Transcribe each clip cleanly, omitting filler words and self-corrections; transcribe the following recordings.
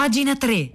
Pagina 3.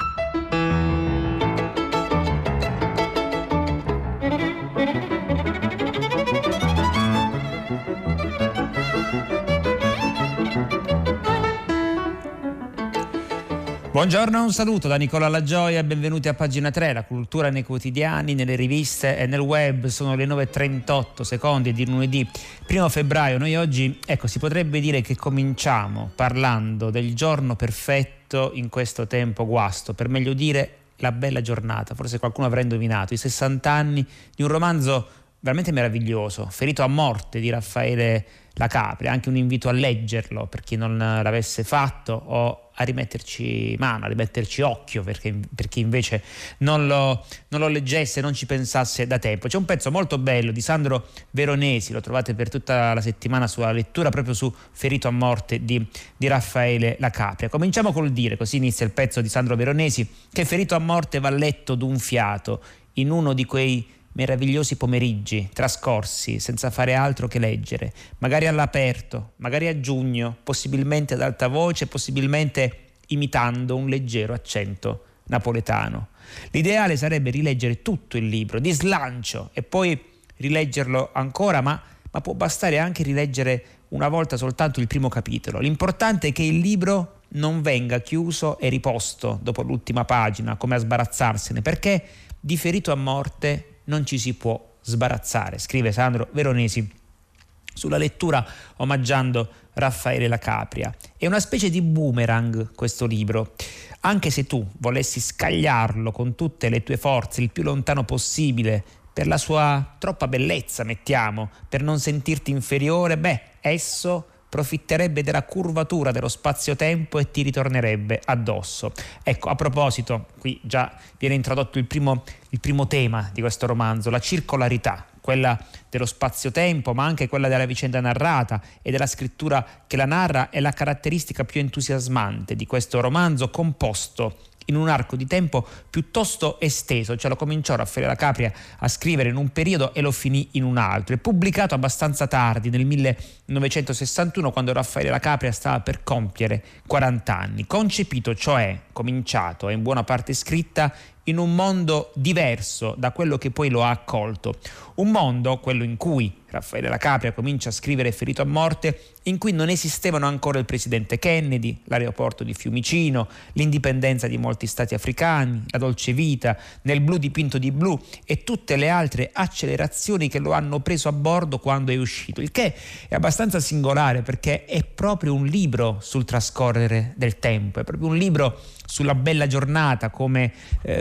Buongiorno, un saluto da Nicola Lagioia e benvenuti a Pagina 3, la cultura nei quotidiani, nelle riviste e nel web. Sono le 9:38 secondi di lunedì 1 febbraio. Noi oggi, si potrebbe dire che cominciamo parlando del giorno perfetto in questo tempo guasto, per meglio dire la bella giornata. Forse qualcuno avrà indovinato, i 60 anni di un romanzo veramente meraviglioso, Ferito a morte di Raffaele La Capria. Anche un invito a leggerlo per chi non l'avesse fatto, o a rimetterci mano, a rimetterci occhio per chi invece non lo leggesse, non ci pensasse da tempo. C'è un pezzo molto bello di Sandro Veronesi, lo trovate per tutta la settimana sulla lettura, proprio su Ferito a morte di Raffaele La Capria. Cominciamo col dire, così inizia il pezzo di Sandro Veronesi, che Ferito a morte va letto d'un fiato in uno di quei meravigliosi pomeriggi trascorsi senza fare altro che leggere, magari all'aperto, magari a giugno, possibilmente ad alta voce, possibilmente imitando un leggero accento napoletano. L'ideale sarebbe rileggere tutto il libro di slancio e poi rileggerlo ancora, ma può bastare anche rileggere una volta soltanto il primo capitolo. L'importante è che il libro non venga chiuso e riposto dopo l'ultima pagina, come a sbarazzarsene, perché di Ferito a morte non ci si può sbarazzare, scrive Sandro Veronesi sulla lettura, omaggiando Raffaele La Capria. È una specie di boomerang questo libro. Anche se tu volessi scagliarlo con tutte le tue forze il più lontano possibile, per la sua troppa bellezza, mettiamo, per non sentirti inferiore, esso profitterebbe della curvatura dello spazio-tempo e ti ritornerebbe addosso. Ecco, a proposito, qui già viene introdotto il primo tema di questo romanzo, la circolarità, quella dello spazio-tempo, ma anche quella della vicenda narrata e della scrittura che la narra, è la caratteristica più entusiasmante di questo romanzo, composto in un arco di tempo piuttosto esteso. Lo cominciò Raffaele La Capria a scrivere in un periodo e lo finì in un altro. È pubblicato abbastanza tardi, nel 1961, quando Raffaele La Capria stava per compiere 40 anni. Concepito, cioè cominciato e in buona parte scritta, in un mondo diverso da quello che poi lo ha accolto. Un mondo, quello in cui Raffaele La Capria comincia a scrivere Ferito a morte, in cui non esistevano ancora il presidente Kennedy, l'aeroporto di Fiumicino, l'indipendenza di molti stati africani, la dolce vita, nel blu dipinto di blu e tutte le altre accelerazioni che lo hanno preso a bordo quando è uscito. Il che è abbastanza singolare, perché è proprio un libro sul trascorrere del tempo, è proprio un libro sulla bella giornata come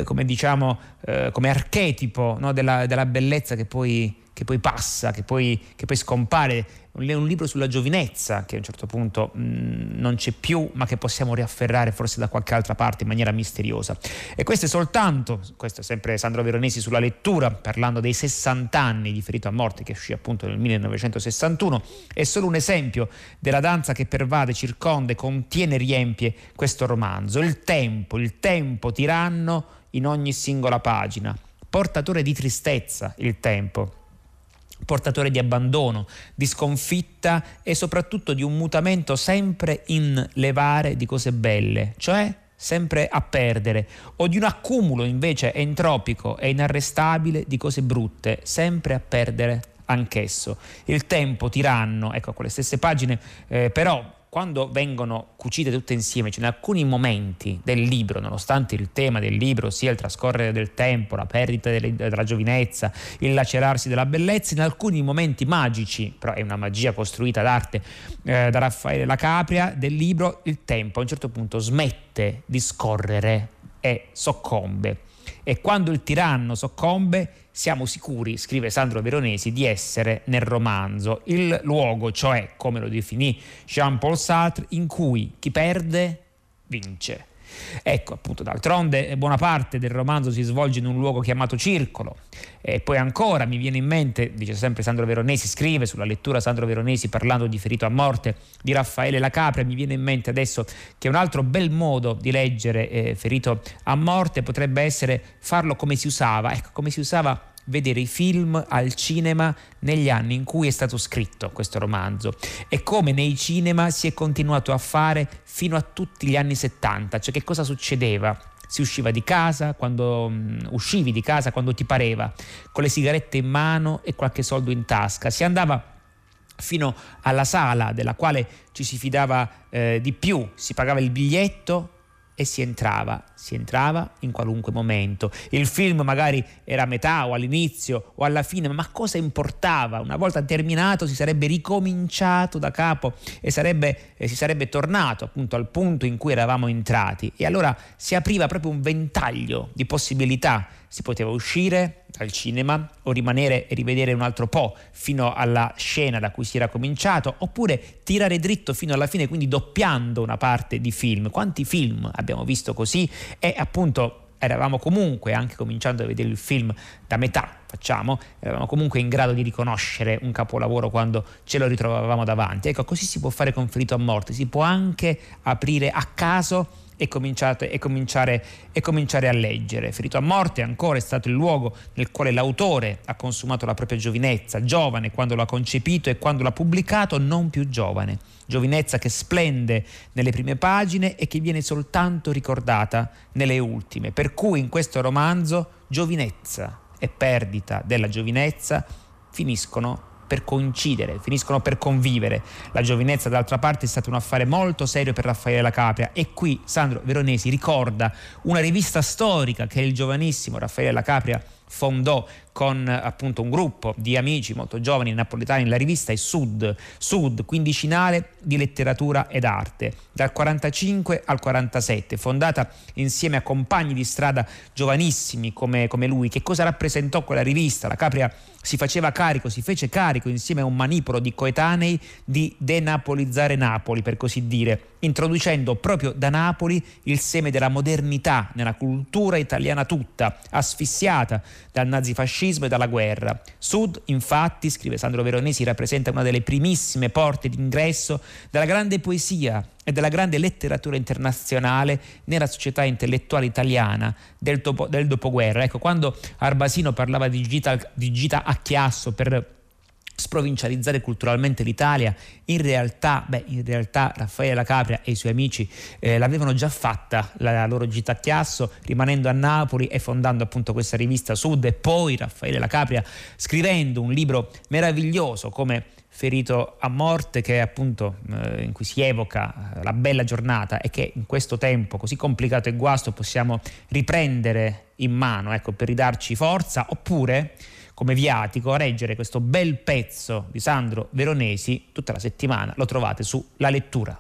archetipo, no, della bellezza che poi passa, che poi scompare. È un libro sulla giovinezza che a un certo punto non c'è più, ma che possiamo riafferrare forse da qualche altra parte in maniera misteriosa. E questo è sempre Sandro Veronesi sulla lettura, parlando dei 60 anni di Ferito a morte, che uscì appunto nel 1961. È solo un esempio della danza che pervade, circonda, contiene e riempie questo romanzo. Il tempo tiranno in ogni singola pagina, portatore di tristezza, il tempo, portatore di abbandono, di sconfitta e soprattutto di un mutamento sempre in levare di cose belle, cioè sempre a perdere, o di un accumulo invece entropico e inarrestabile di cose brutte, sempre a perdere anch'esso. Il tempo tiranno, ecco, quelle stesse pagine, però quando vengono cucite tutte insieme, in alcuni momenti del libro, nonostante il tema del libro sia il trascorrere del tempo, la perdita della giovinezza, il lacerarsi della bellezza, in alcuni momenti magici, però è una magia costruita d'arte da Raffaele La Capria, del libro, il tempo a un certo punto smette di scorrere e soccombe. E quando il tiranno soccombe, siamo sicuri, scrive Sandro Veronesi, di essere nel romanzo, il luogo, cioè, come lo definì Jean-Paul Sartre, in cui chi perde vince. Ecco, appunto, d'altronde buona parte del romanzo si svolge in un luogo chiamato circolo. E poi ancora mi viene in mente, dice sempre Sandro Veronesi, scrive sulla lettura Sandro Veronesi parlando di Ferito a morte di Raffaele La Capria, mi viene in mente adesso che un altro bel modo di leggere Ferito a morte potrebbe essere farlo come si usava vedere i film al cinema negli anni in cui è stato scritto questo romanzo e come nei cinema si è continuato a fare fino a tutti gli anni 70. Cioè, che cosa succedeva? Si usciva di casa uscivi di casa quando ti pareva, con le sigarette in mano e qualche soldo in tasca. Si andava fino alla sala della quale ci si fidava di più, si pagava il biglietto e si entrava in qualunque momento. Il film magari era a metà o all'inizio o alla fine, ma cosa importava? Una volta terminato si sarebbe ricominciato da capo e si sarebbe tornato appunto al punto in cui eravamo entrati, e allora si apriva proprio un ventaglio di possibilità. Si poteva uscire dal cinema o rimanere e rivedere un altro po' fino alla scena da cui si era cominciato, oppure tirare dritto fino alla fine, quindi doppiando una parte di film. Quanti film abbiamo visto così? E appunto eravamo comunque, anche cominciando a vedere il film da metà, eravamo comunque in grado di riconoscere un capolavoro quando ce lo ritrovavamo davanti. Ecco, così si può fare con Ferito a morte, si può anche aprire a caso e cominciare a leggere. Ferito a morte ancora è stato il luogo nel quale l'autore ha consumato la propria giovinezza, giovane quando lo ha concepito e quando l'ha pubblicato non più giovane. Giovinezza che splende nelle prime pagine e che viene soltanto ricordata nelle ultime. Per cui in questo romanzo giovinezza e perdita della giovinezza finiscono per coincidere, finiscono per convivere. La giovinezza d'altra parte è stato un affare molto serio per Raffaele La Capria, e qui Sandro Veronesi ricorda una rivista storica che il giovanissimo Raffaele La Capria fondò con appunto un gruppo di amici molto giovani napoletani. La rivista è Sud, quindicinale di letteratura ed arte, dal 45 al 47, fondata insieme a compagni di strada giovanissimi come lui. Che cosa rappresentò quella rivista? La Capria si fece carico insieme a un manipolo di coetanei di denapolizzare Napoli, per così dire, introducendo proprio da Napoli il seme della modernità nella cultura italiana tutta, asfissiata dal nazifascismo e dalla guerra. Sud, infatti, scrive Sandro Veronesi, rappresenta una delle primissime porte d'ingresso della grande poesia e della grande letteratura internazionale nella società intellettuale italiana del dopoguerra. Ecco, quando Arbasino parlava di gita a Chiasso per sprovincializzare culturalmente l'Italia, in realtà Raffaele La Capria e i suoi amici l'avevano già fatta la loro gita a Chiasso, rimanendo a Napoli e fondando appunto questa rivista Sud, e poi Raffaele La Capria scrivendo un libro meraviglioso come Ferito a morte, che è appunto in cui si evoca la bella giornata e che in questo tempo così complicato e guasto possiamo riprendere in mano, ecco, per ridarci forza, oppure come viatico a leggere questo bel pezzo di Sandro Veronesi. Tutta la settimana lo trovate su La Lettura.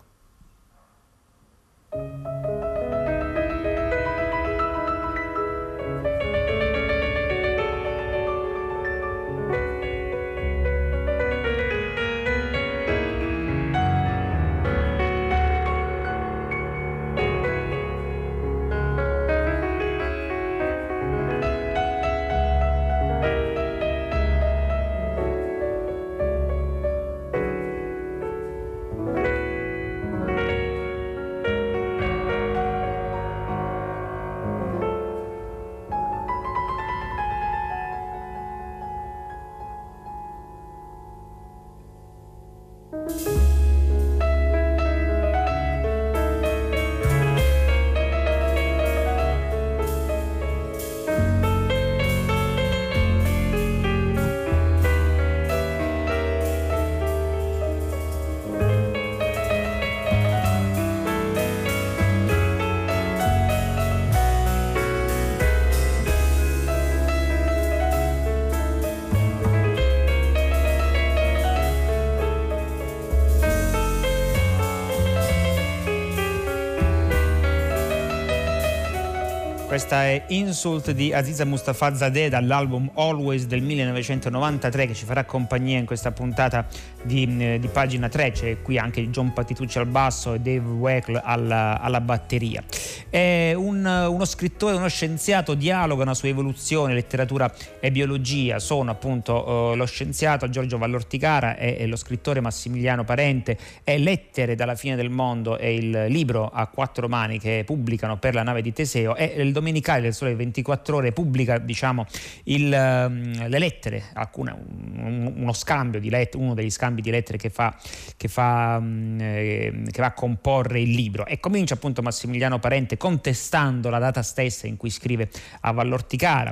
Questa è Insult di Aziza Mustafazadeh dall'album Always del 1993, che ci farà compagnia in questa puntata di Pagina 3. C'è qui anche John Patitucci al basso e Dave Weckl alla batteria. È uno scrittore, uno scienziato, dialogano su evoluzione, letteratura e biologia. Sono appunto lo scienziato Giorgio Vallorticara e lo scrittore Massimiliano Parente. È Lettere dalla fine del mondo, è il libro a 4 mani che pubblicano per La nave di Teseo, e il Domenicale del Sole 24 Ore pubblica, diciamo, le lettere, uno scambio di lettere, uno degli scambi di lettere che va a comporre il libro, e comincia appunto Massimiliano Parente contestando la data stessa in cui scrive a Vallortigara.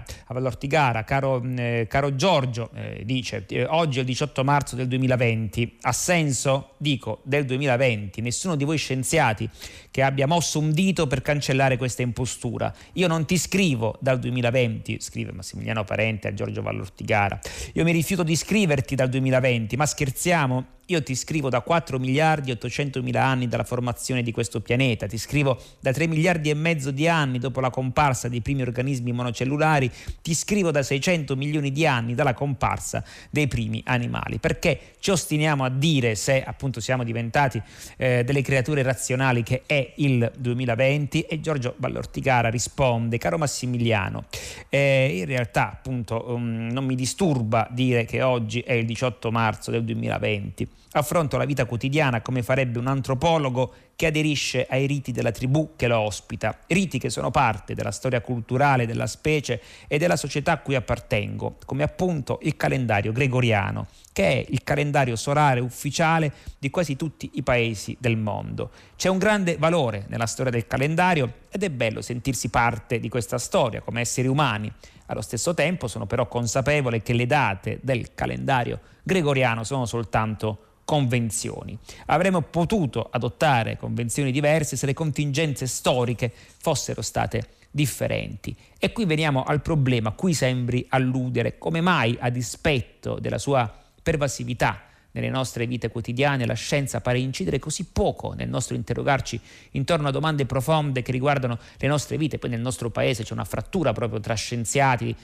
Caro Giorgio, dice: oggi è il 18 marzo del 2020, ha senso? Dico del 2020, nessuno di voi scienziati che abbia mosso un dito per cancellare questa impostura. Io non ti scrivo dal 2020, scrive Massimiliano Parente a Giorgio Vallortigara. Io mi rifiuto di scriverti dal 2020, ma scherziamo? Io ti scrivo da 4 miliardi e 800 mila anni dalla formazione di questo pianeta, ti scrivo da 3 miliardi e mezzo di anni dopo la comparsa dei primi organismi monocellulari, ti scrivo da 600 milioni di anni dalla comparsa dei primi animali. Perché ci ostiniamo a dire, se appunto siamo diventati delle creature razionali, che è il 2020? E Giorgio Vallortigara risponde: caro Massimiliano, in realtà appunto non mi disturba dire che oggi è il 18 marzo del 2020. Affronto la vita quotidiana come farebbe un antropologo che aderisce ai riti della tribù che lo ospita, riti che sono parte della storia culturale della specie e della società a cui appartengo, come appunto il calendario gregoriano, che è il calendario solare ufficiale di quasi tutti i paesi del mondo. C'è un grande valore nella storia del calendario ed è bello sentirsi parte di questa storia come esseri umani. Allo stesso tempo sono però consapevole che le date del calendario gregoriano sono soltanto convenzioni. Avremmo potuto adottare convenzioni diverse se le contingenze storiche fossero state differenti. E qui veniamo al problema a cui sembri alludere: come mai, a dispetto della sua pervasività nelle nostre vite quotidiane, la scienza pare incidere così poco nel nostro interrogarci intorno a domande profonde che riguardano le nostre vite. Poi nel nostro paese c'è una frattura proprio tra scienziati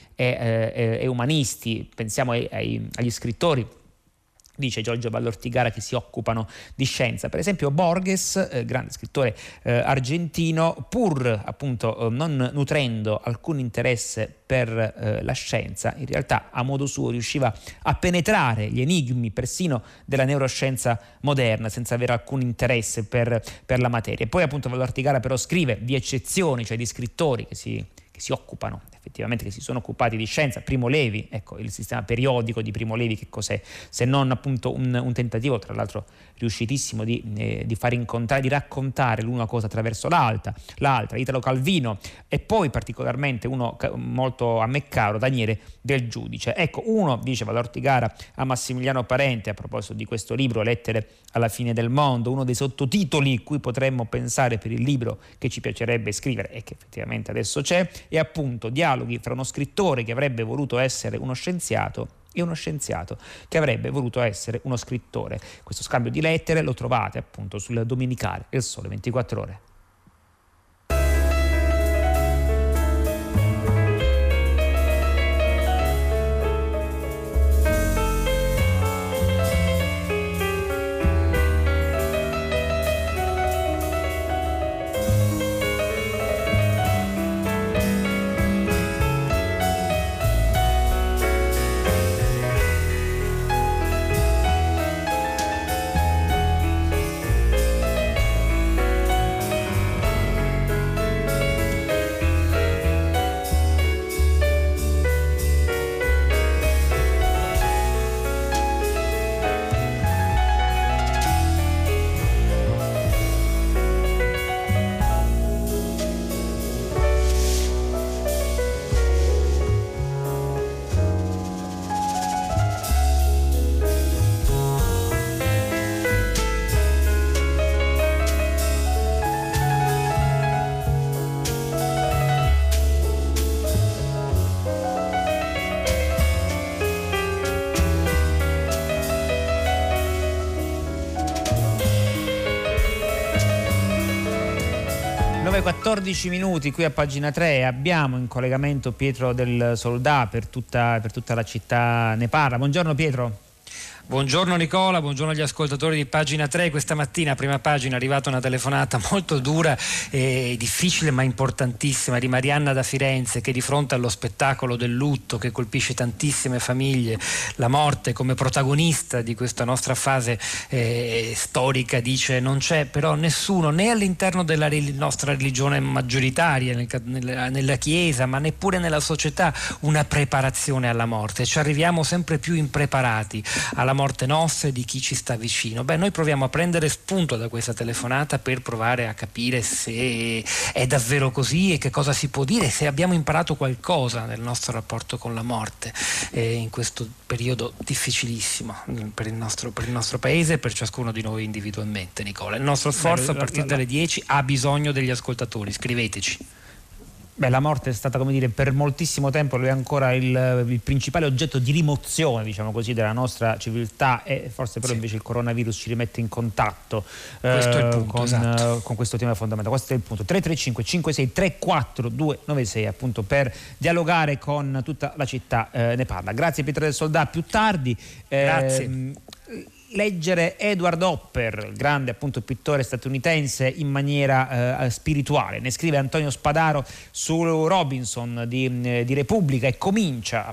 e umanisti, pensiamo agli scrittori, dice Giorgio Vallortigara, che si occupano di scienza. Per esempio Borges, grande scrittore argentino, pur appunto non nutrendo alcun interesse per la scienza, in realtà a modo suo riusciva a penetrare gli enigmi persino della neuroscienza moderna senza avere alcun interesse per la materia. E poi appunto Vallortigara però scrive di eccezioni, cioè di scrittori che si occupano effettivamente, che si sono occupati di scienza. Primo Levi, ecco, il sistema periodico di Primo Levi che cos'è? Se non appunto un tentativo, tra l'altro riuscitissimo, di far incontrare, di raccontare l'una cosa attraverso l'altra. Italo Calvino, e poi particolarmente uno molto a me caro, Daniele Del Giudice. Ecco, uno, dice Vallortigara a Massimiliano Parente a proposito di questo libro, Lettere alla fine del mondo, uno dei sottotitoli cui potremmo pensare per il libro che ci piacerebbe scrivere e che effettivamente adesso c'è, è appunto dialoghi fra uno scrittore che avrebbe voluto essere uno scienziato e uno scienziato che avrebbe voluto essere uno scrittore. Questo scambio di lettere lo trovate appunto sul Domenicale del Sole 24 Ore. 9:14 minuti qui a Pagina 3. Abbiamo in collegamento Pietro del Soldà, per tutta la città ne parla. Buongiorno Pietro. Buongiorno Nicola, buongiorno agli ascoltatori di Pagina 3. Questa mattina, prima pagina, è arrivata una telefonata molto dura e difficile ma importantissima di Marianna da Firenze, che di fronte allo spettacolo del lutto che colpisce tantissime famiglie, la morte come protagonista di questa nostra fase storica, dice: non c'è però nessuno, né all'interno della nostra religione maggioritaria, nella Chiesa, ma neppure nella società, una preparazione alla morte. Ci arriviamo sempre più impreparati alla morte nostra e di chi ci sta vicino. Noi proviamo a prendere spunto da questa telefonata per provare a capire se è davvero così e che cosa si può dire, se abbiamo imparato qualcosa nel nostro rapporto con la morte in questo periodo difficilissimo per il nostro paese e per ciascuno di noi individualmente. Nicola, il nostro sforzo a partire dalle 10 ha bisogno degli ascoltatori, scriveteci. La morte è stata, come dire, per moltissimo tempo, lo è ancora il principale oggetto di rimozione, diciamo così, della nostra civiltà, e forse però invece il coronavirus ci rimette in contatto questo è il punto, esatto, con questo tema fondamentale. Questo è il punto. 335 56 34 296, appunto, per dialogare con tutta la città ne parla. Grazie Pietro del Soldà, più tardi. Grazie. Leggere Edward Hopper, grande appunto pittore statunitense, in maniera spirituale. Ne scrive Antonio Spadaro su Robinson di Repubblica, e comincia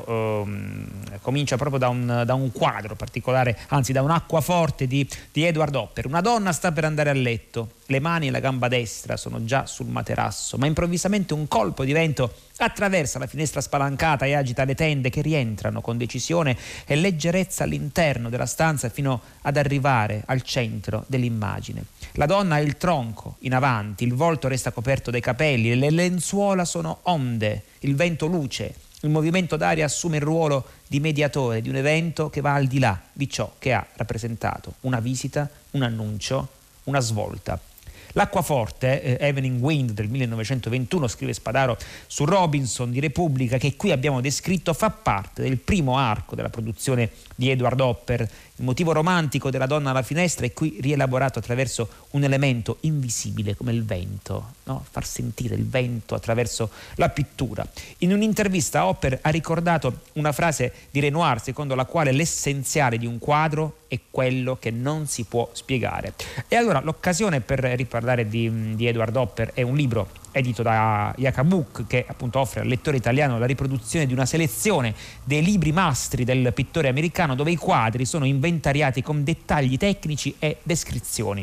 proprio da un quadro particolare, anzi da un acquaforte di Edward Hopper. Una donna sta per andare a letto, le mani e la gamba destra sono già sul materasso, ma improvvisamente un colpo di vento attraversa la finestra spalancata e agita le tende, che rientrano con decisione e leggerezza all'interno della stanza fino ad arrivare al centro dell'immagine. La donna ha il tronco in avanti, il volto resta coperto dai capelli, le lenzuola sono onde, il vento luce, il movimento d'aria assume il ruolo di mediatore di un evento che va al di là di ciò che ha rappresentato: una visita, un annuncio, una svolta. L'acquaforte, Evening Wind del 1921, scrive Spadaro su Robinson di Repubblica, che qui abbiamo descritto, fa parte del primo arco della produzione di Edward Hopper. Il motivo romantico della donna alla finestra è qui rielaborato attraverso un elemento invisibile come il vento, no? Far sentire il vento attraverso la pittura. In un'intervista Hopper ha ricordato una frase di Renoir secondo la quale l'essenziale di un quadro è quello che non si può spiegare. E allora l'occasione per riparlare di Edward Hopper è un libro edito da Iacabuc, che appunto offre al lettore italiano la riproduzione di una selezione dei libri mastri del pittore americano, dove i quadri sono inventariati con dettagli tecnici e descrizioni.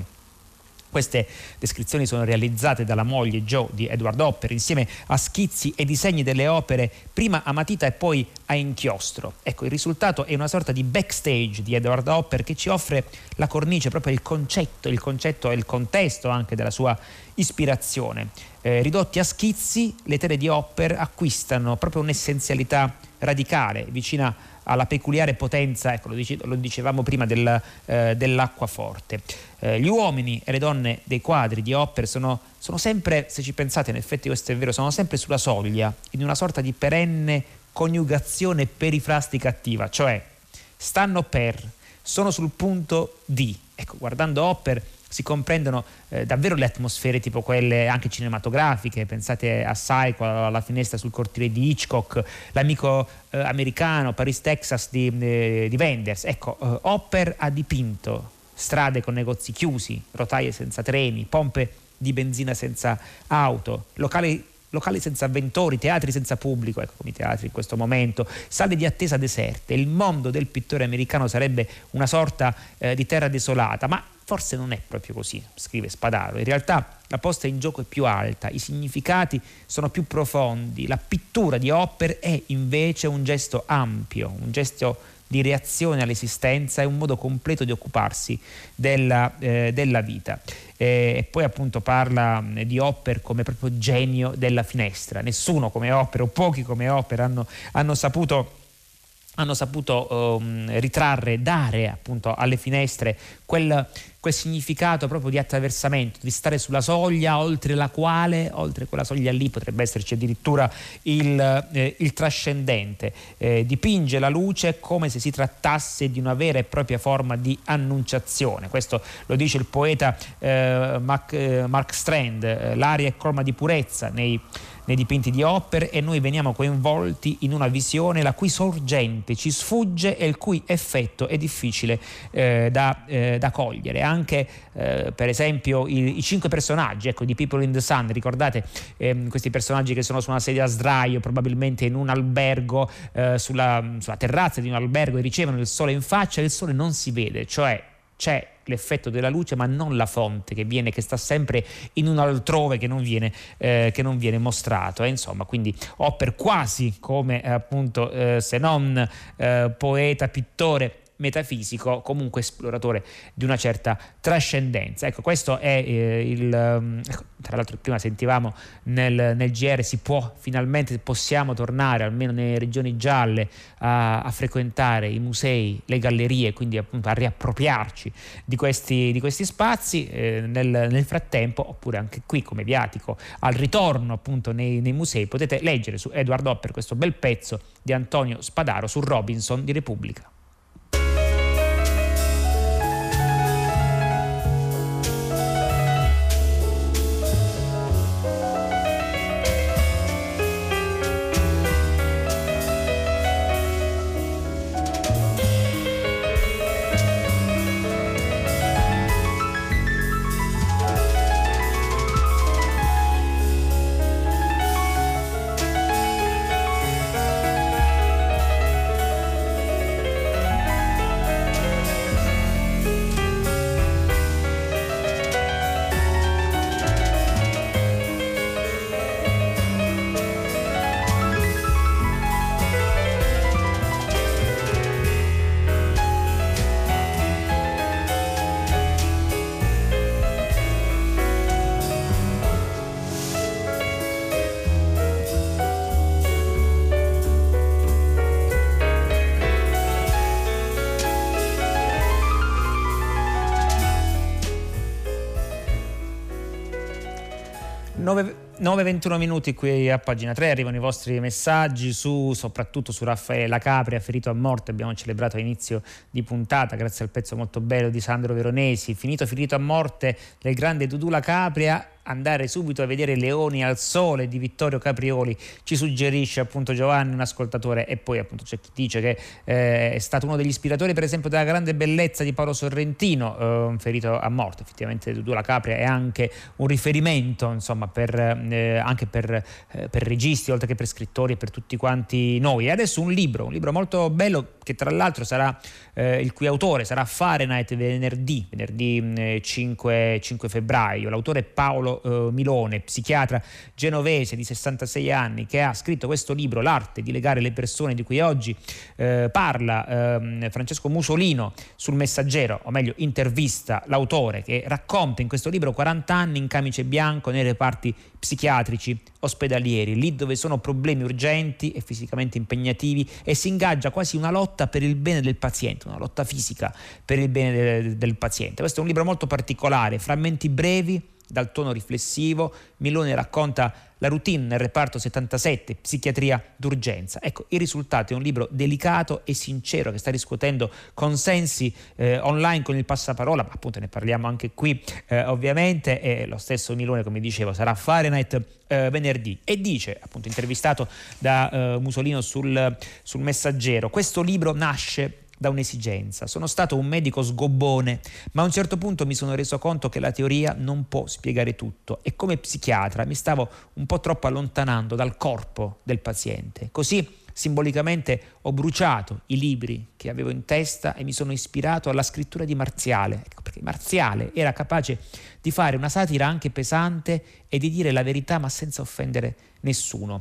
Queste descrizioni sono realizzate dalla moglie Jo di Edward Hopper, insieme a schizzi e disegni delle opere prima a matita e poi a inchiostro. Ecco, il risultato è una sorta di backstage di Edward Hopper, che ci offre la cornice, proprio il concetto e il contesto anche della sua ispirazione. Ridotti a schizzi, le tele di Hopper acquistano proprio un'essenzialità radicale, vicina alla peculiare potenza, ecco, lo dicevamo prima, dell'acquaforte. Gli uomini e le donne dei quadri di Hopper sono sempre, se ci pensate, in effetti questo è vero, sono sempre sulla soglia, in una sorta di perenne coniugazione perifrastica attiva, cioè sono sul punto di. Ecco, guardando Hopper si comprendono davvero le atmosfere, tipo quelle anche cinematografiche. Pensate a Psycho, alla finestra sul cortile di Hitchcock, L'amico americano, Paris, Texas di Wenders. Ecco, Hopper ha dipinto strade con negozi chiusi, rotaie senza treni, pompe di benzina senza auto, locali senza avventori, teatri senza pubblico, ecco, come i teatri in questo momento, sale di attesa deserte. Il mondo del pittore americano sarebbe una sorta di terra desolata, ma forse non è proprio così, scrive Spadaro. In realtà la posta in gioco è più alta, i significati sono più profondi. La pittura di Hopper è invece un gesto ampio, un gesto di reazione all'esistenza, è un modo completo di occuparsi della vita. E poi appunto parla di Hopper come proprio genio della finestra. Nessuno come Hopper, o pochi come Hopper, hanno saputo ritrarre, dare appunto alle finestre quel quel significato proprio di attraversamento, di stare sulla soglia oltre quella soglia lì potrebbe esserci addirittura il trascendente. Dipinge la luce come se si trattasse di una vera e propria forma di annunciazione. Questo lo dice il poeta Mark Strand. L'aria è colma di purezza nei dipinti di Hopper e noi veniamo coinvolti in una visione la cui sorgente ci sfugge e il cui effetto è difficile da cogliere. Anche per esempio i 5 personaggi, ecco, di People in the Sun, ricordate questi personaggi che sono su una sedia a sdraio probabilmente in un albergo, sulla terrazza di un albergo, e ricevono il sole in faccia e il sole non si vede, cioè c'è l'effetto della luce ma non la fonte che sta sempre in un altrove che non viene mostrato, insomma. Quindi Hopper quasi come appunto se non poeta, pittore, metafisico, comunque esploratore di una certa trascendenza. Ecco, questo è tra l'altro prima sentivamo nel GR possiamo tornare almeno nelle regioni gialle a frequentare i musei, le gallerie, quindi appunto a riappropriarci di questi spazi. Nel frattempo, oppure anche qui come viatico al ritorno appunto nei musei, potete leggere su Edward Hopper questo bel pezzo di Antonio Spadaro su Robinson di Repubblica. Nove 9:21 minuti qui a Pagina 3, arrivano i vostri messaggi soprattutto su Raffaele La Capria, ferito a morte. Abbiamo celebrato all'inizio di puntata grazie al pezzo molto bello di Sandro Veronesi. Ferito a morte del grande Dudu La Capria, andare subito a vedere Leoni al sole di Vittorio Caprioli, ci suggerisce appunto Giovanni, un ascoltatore. E poi appunto c'è chi dice che è stato uno degli ispiratori per esempio della grande bellezza di Paolo Sorrentino, ferito a morte. Effettivamente Dudu La Capria è anche un riferimento, insomma, anche per registi, oltre che per scrittori e per tutti quanti noi. E adesso un libro molto bello, che tra l'altro sarà il cui autore sarà Fahrenheit venerdì 5 febbraio. L'autore è Paolo Milone, psichiatra genovese di 66 anni, che ha scritto questo libro, L'arte di legare le persone, di cui oggi parla Francesco Musolino sul Messaggero, o meglio intervista l'autore, che racconta in questo libro 40 anni in camice bianco nei reparti psichiatrici ospedalieri, lì dove sono problemi urgenti e fisicamente impegnativi, e si ingaggia quasi una lotta per il bene del paziente, una lotta fisica per il bene del paziente. Questo è un libro molto particolare, frammenti brevi dal tono riflessivo. Milone racconta la routine nel reparto 77, psichiatria d'urgenza. Ecco, il risultato è un libro delicato e sincero che sta riscuotendo consensi online con il passaparola, ma appunto ne parliamo anche qui ovviamente. E lo stesso Milone, come dicevo, sarà Fahrenheit venerdì, e dice, appunto intervistato da Musolino sul Messaggero, questo libro nasce da un'esigenza. Sono stato un medico sgobbone, ma a un certo punto mi sono reso conto che la teoria non può spiegare tutto, e come psichiatra mi stavo un po' troppo allontanando dal corpo del paziente. Così simbolicamente ho bruciato i libri che avevo in testa e mi sono ispirato alla scrittura di Marziale. Ecco perché Marziale era capace di fare una satira anche pesante e di dire la verità ma senza offendere nessuno.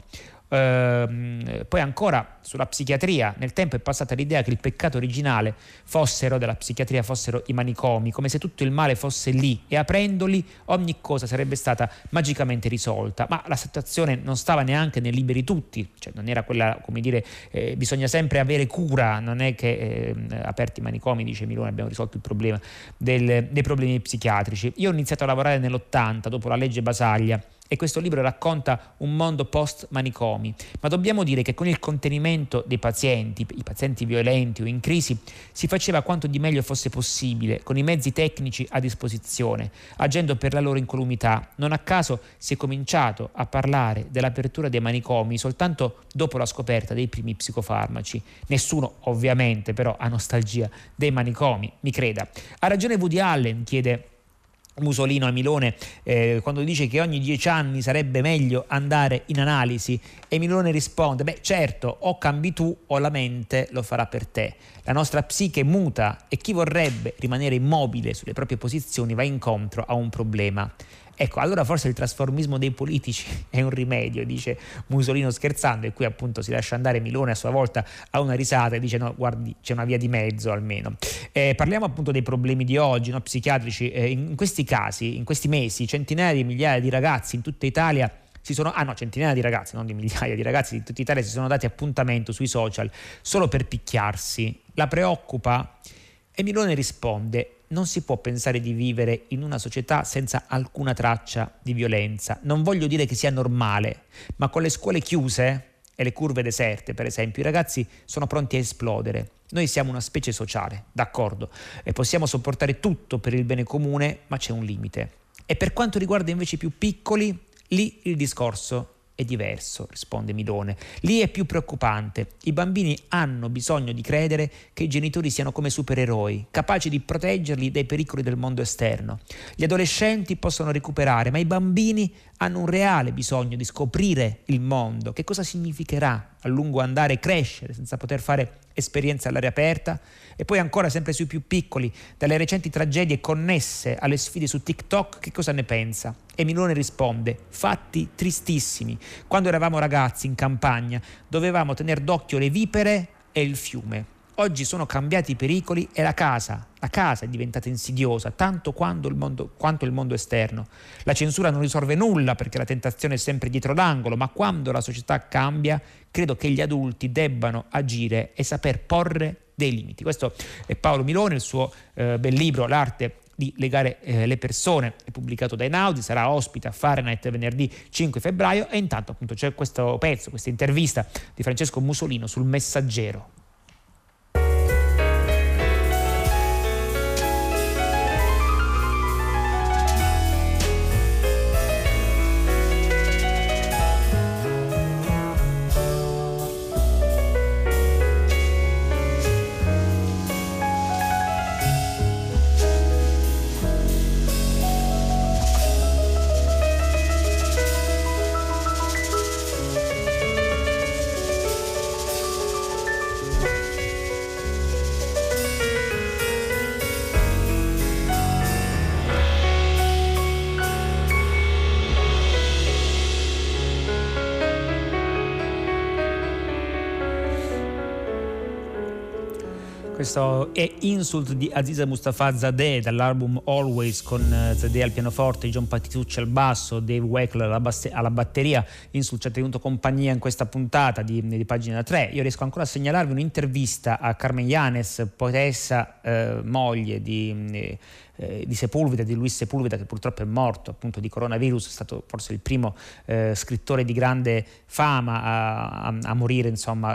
Poi ancora sulla psichiatria, nel tempo è passata l'idea che il peccato originale della psichiatria fossero i manicomi, come se tutto il male fosse lì e aprendoli ogni cosa sarebbe stata magicamente risolta, ma la situazione non stava neanche nel liberi tutti, cioè non era quella, come dire, bisogna sempre avere cura, non è che aperti i manicomi, dice Milone, abbiamo risolto il problema dei problemi psichiatrici. Io ho iniziato a lavorare nell'80 dopo la legge Basaglia e questo libro racconta un mondo post manicomi, ma dobbiamo dire che con il contenimento dei pazienti, i pazienti violenti o in crisi, si faceva quanto di meglio fosse possibile con i mezzi tecnici a disposizione, agendo per la loro incolumità. Non a caso si è cominciato a parlare dell'apertura dei manicomi soltanto dopo la scoperta dei primi psicofarmaci. Nessuno ovviamente però ha nostalgia dei manicomi, mi creda. Ha ragione Woody Allen, chiede Musolino a Milone, quando dice che ogni 10 anni sarebbe meglio andare in analisi, e Milone risponde: certo, o cambi tu o la mente lo farà per te. La nostra psiche muta e chi vorrebbe rimanere immobile sulle proprie posizioni va incontro a un problema. Ecco, allora forse il trasformismo dei politici è un rimedio, dice Musolino scherzando, e qui appunto si lascia andare Milone a sua volta a una risata e dice: no, guardi, c'è una via di mezzo almeno. Parliamo appunto dei problemi di oggi, no, psichiatrici. In questi casi, in questi mesi, centinaia di migliaia di ragazzi in tutta Italia centinaia di ragazzi, non di migliaia di ragazzi di tutta Italia si sono dati appuntamento sui social solo per picchiarsi. La preoccupa? E Milone risponde: non si può pensare di vivere in una società senza alcuna traccia di violenza. Non voglio dire che sia normale, ma con le scuole chiuse e le curve deserte, per esempio, i ragazzi sono pronti a esplodere. Noi siamo una specie sociale, d'accordo, e possiamo sopportare tutto per il bene comune, ma c'è un limite. E per quanto riguarda invece i più piccoli, lì il discorso è diverso, risponde Milone. Lì è più preoccupante. I bambini hanno bisogno di credere che i genitori siano come supereroi, capaci di proteggerli dai pericoli del mondo esterno. Gli adolescenti possono recuperare, ma i bambini hanno un reale bisogno di scoprire il mondo. Che cosa significherà a lungo andare crescere senza poter fare esperienze all'aria aperta? E poi ancora, sempre sui più piccoli, dalle recenti tragedie connesse alle sfide su TikTok, che cosa ne pensa? E Milone risponde: fatti tristissimi. Quando eravamo ragazzi in campagna dovevamo tener d'occhio le vipere e il fiume. Oggi sono cambiati i pericoli e la casa è diventata insidiosa tanto quanto il mondo esterno. La censura non risolve nulla perché la tentazione è sempre dietro l'angolo, ma quando la società cambia, credo che gli adulti debbano agire e saper porre dei limiti. Questo è Paolo Milone, il suo bel libro L'arte di legare le persone, è pubblicato da Einaudi, sarà ospite a Fahrenheit venerdì 5 febbraio e intanto appunto c'è questo pezzo, questa intervista di Francesco Musolino sul Messaggero. Questo è Insult di Aziza Mustafazadeh dall'album Always, con Zadeh al pianoforte, John Patitucci al basso, Dave Weckler alla batteria. Insult ci ha tenuto compagnia in questa puntata di Pagina 3. Io riesco ancora a segnalarvi un'intervista a Carmen Yanes, poetessa, moglie di Sepulveda, di Luis Sepulveda, che purtroppo è morto appunto di coronavirus. È stato forse il primo scrittore di grande fama a morire, insomma,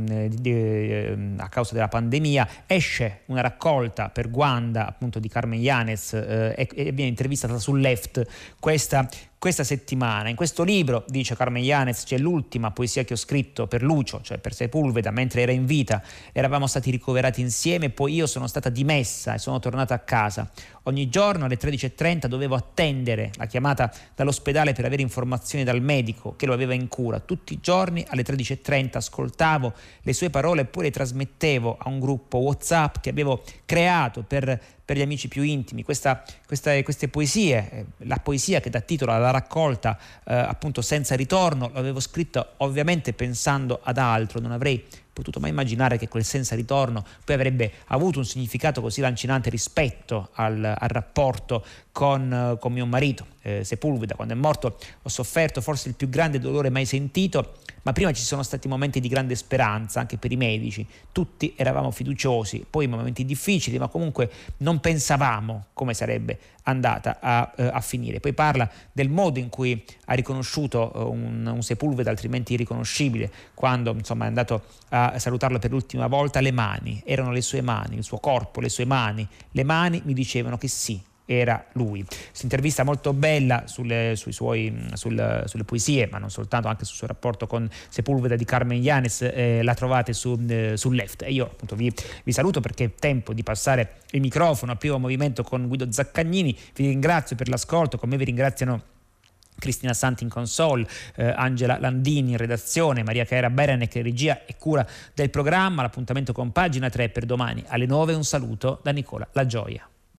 a causa della pandemia. Esce una raccolta per Guanda appunto di Carmen Yanes e viene intervistata su Left questa settimana. In questo libro, dice Carmen Yanes, c'è l'ultima poesia che ho scritto per Lucio, cioè per Sepulveda, mentre era in vita. Eravamo stati ricoverati insieme, poi io sono stata dimessa e sono tornata a casa. Ogni giorno alle 13:30 dovevo attendere la chiamata dall'ospedale per avere informazioni dal medico che lo aveva in cura. Tutti i giorni alle 13:30 ascoltavo le sue parole e poi le trasmettevo a un gruppo WhatsApp che avevo creato per gli amici più intimi. Queste poesie, la poesia che dà titolo alla la raccolta appunto Senza ritorno. L'avevo scritto ovviamente pensando ad altro, non avrei potuto mai immaginare che quel senza ritorno poi avrebbe avuto un significato così lancinante rispetto al rapporto con mio marito. Sepulveda, quando è morto, ho sofferto forse il più grande dolore mai sentito, ma prima ci sono stati momenti di grande speranza anche per i medici, tutti eravamo fiduciosi, poi momenti difficili, ma comunque non pensavamo come sarebbe andata a finire. Poi parla del modo in cui ha riconosciuto un Sepulveda altrimenti irriconoscibile, quando insomma è andato a salutarlo per l'ultima volta. Le mani, erano le sue mani, il suo corpo, le sue mani, le mani mi dicevano che sì, era lui. Questa intervista molto bella sulle poesie, ma non soltanto, anche sul suo rapporto con Sepulveda, di Carmen Yanes, la trovate su Left. E io appunto vi saluto perché è tempo di passare il microfono al primo movimento con Guido Zaccagnini. Vi ringrazio per l'ascolto, con me vi ringraziano Cristina Santi in console, Angela Landini in redazione, Maria Chiara Berenec in regia e cura del programma. L'appuntamento con Pagina 3 per domani alle 9. Un saluto da Nicola La Gioia.